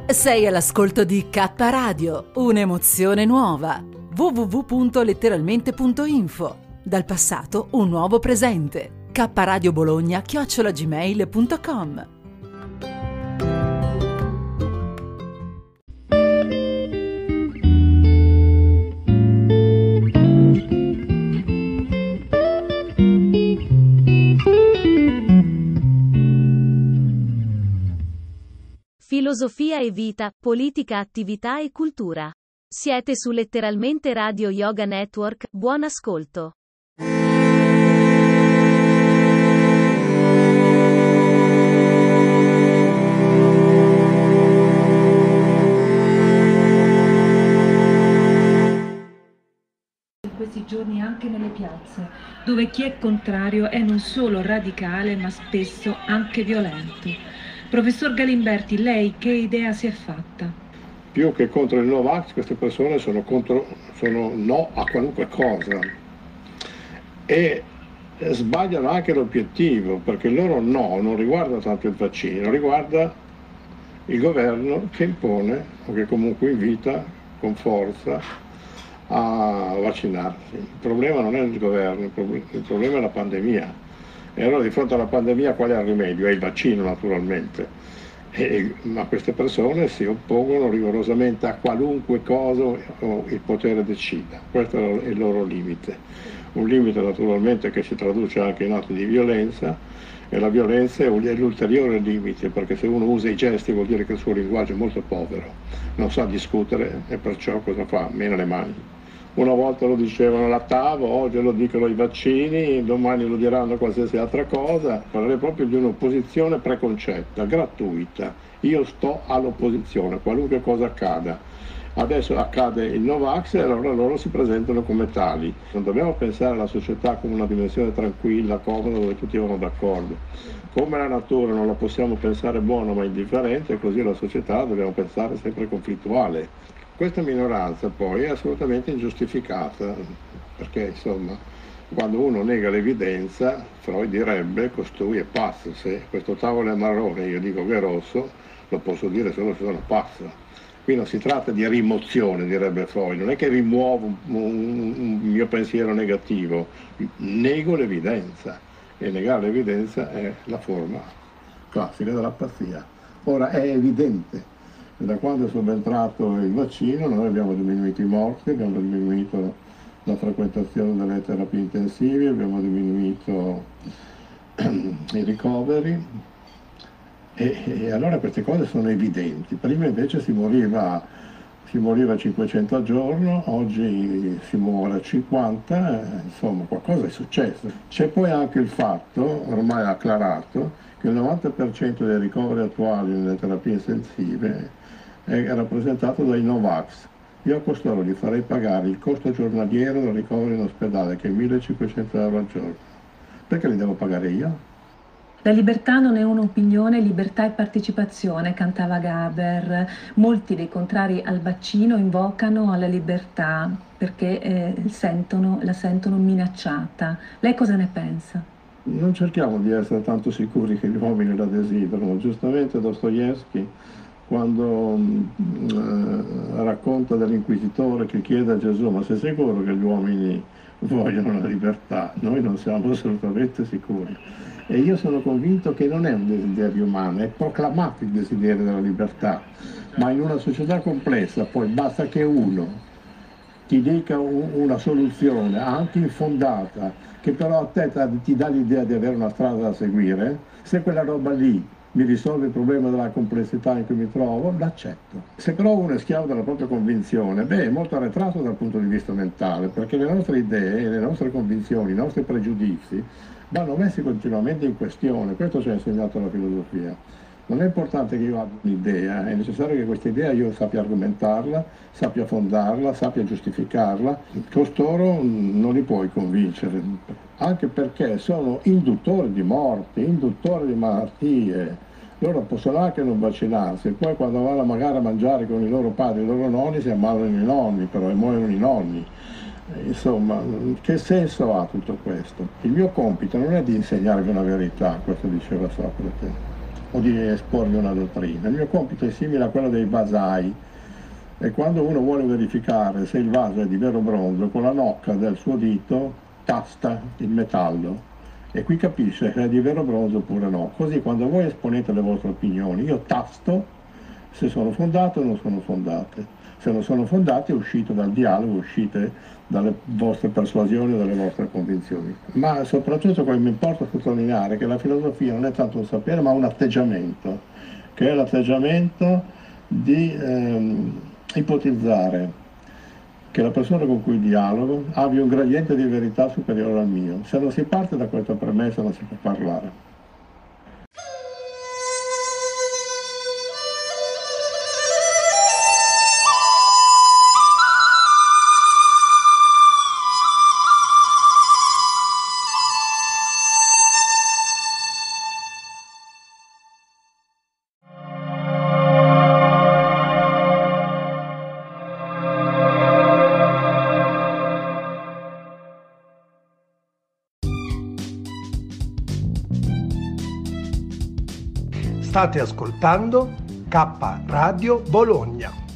Sei all'ascolto di K Radio, un'emozione nuova. www.letteralmente.info. Dal passato un nuovo presente. kradiobologna@gmail.com. Filosofia e vita, politica, attività e cultura. Siete su Letteralmente Radio Yoga Network, buon ascolto. In questi giorni anche nelle piazze, dove chi è contrario è non solo radicale ma spesso anche violento. Professor Galimberti, lei che idea si è fatta? Più che contro il Novax, queste persone sono no a qualunque cosa e sbagliano anche l'obiettivo, perché il loro no non riguarda tanto il vaccino, riguarda il governo che impone o che comunque invita con forza a vaccinarsi. Il problema non è il governo, il problema è la pandemia. E allora di fronte alla pandemia qual è il rimedio? È il vaccino, naturalmente. Ma queste persone si oppongono rigorosamente a qualunque cosa il potere decida. Questo è il loro limite. Un limite naturalmente che si traduce anche in atti di violenza, e la violenza è l'ulteriore limite, perché se uno usa i gesti vuol dire che il suo linguaggio è molto povero, non sa discutere e perciò cosa fa? Mena le mani. Una volta lo dicevano la TAV, oggi lo dicono i vaccini, domani lo diranno qualsiasi altra cosa. Parlerei proprio di un'opposizione preconcetta, gratuita. Io sto all'opposizione, qualunque cosa accada. Adesso accade il Novax e allora loro si presentano come tali. Non dobbiamo pensare alla società come una dimensione tranquilla, comoda, dove tutti vanno d'accordo. Come la natura non la possiamo pensare buona ma indifferente, così la società dobbiamo pensare sempre conflittuale. Questa minoranza poi è assolutamente ingiustificata, perché insomma quando uno nega l'evidenza, Freud direbbe costui è pazzo. Se questo tavolo è marrone e io dico che è rosso, lo posso dire solo se sono pazzo. Qui non si tratta di rimozione, direbbe Freud, non è che rimuovo un mio pensiero negativo, nego l'evidenza, e negare l'evidenza è la forma classica della pazzia. Ora è evidente. Da quando è subentrato il vaccino noi abbiamo diminuito i morti, abbiamo diminuito la frequentazione delle terapie intensive, abbiamo diminuito i ricoveri e allora queste cose sono evidenti. Prima invece si moriva a 500 al giorno, oggi si muore a 50, insomma qualcosa è successo. C'è poi anche il fatto, ormai acclarato, che il 90% dei ricoveri attuali nelle terapie intensive è rappresentato dai Novax. Io a costoro gli farei pagare il costo giornaliero del ricovero in ospedale, che è 1.500 euro al giorno. Perché li devo pagare io? La libertà non è un'opinione, libertà è partecipazione, cantava Gaber. Molti dei contrari al vaccino invocano alla libertà perché la sentono minacciata. Lei cosa ne pensa? Non cerchiamo di essere tanto sicuri che gli uomini la desiderano. Giustamente Dostoevskij, quando racconta dell'inquisitore che chiede a Gesù: ma sei sicuro che gli uomini vogliono la libertà? Noi non siamo assolutamente sicuri. E io sono convinto che non è un desiderio umano, è proclamato il desiderio della libertà, ma in una società complessa poi basta che uno ti dica una soluzione, anche infondata, che però a te ti dà l'idea di avere una strada da seguire. Se quella roba lì mi risolve il problema della complessità in cui mi trovo, l'accetto. Se però uno è schiavo della propria convinzione, è molto arretrato dal punto di vista mentale, perché le nostre idee, le nostre convinzioni, i nostri pregiudizi vanno messi continuamente in questione. Questo ci ha insegnato la filosofia. Non è importante che io abbia un'idea, è necessario che questa idea io sappia argomentarla, sappia fondarla, sappia giustificarla. Costoro non li puoi convincere, anche perché sono induttori di morti, induttori di malattie. Loro possono anche non vaccinarsi, e poi quando vanno magari a mangiare con i loro padri e i loro nonni si ammalano i nonni, però e muoiono i nonni. Insomma, che senso ha tutto questo? Il mio compito non è di insegnarvi una verità, questo diceva Socrate. o di esporvi una dottrina. Il mio compito è simile a quello dei vasai, e quando uno vuole verificare se il vaso è di vero bronzo, con la nocca del suo dito tasta il metallo e qui capisce se è di vero bronzo oppure no. Così quando voi esponete le vostre opinioni, io tasto se sono fondate o non sono fondate. Se non sono fondate uscite dal dialogo, uscite dalle vostre persuasioni o dalle vostre convinzioni. Ma soprattutto quello che mi importa sottolineare che la filosofia non è tanto un sapere ma un atteggiamento, che è l'atteggiamento di ipotizzare che la persona con cui dialogo abbia un gradiente di verità superiore al mio. Se non si parte da questa premessa non si può parlare. State ascoltando K Radio Bologna.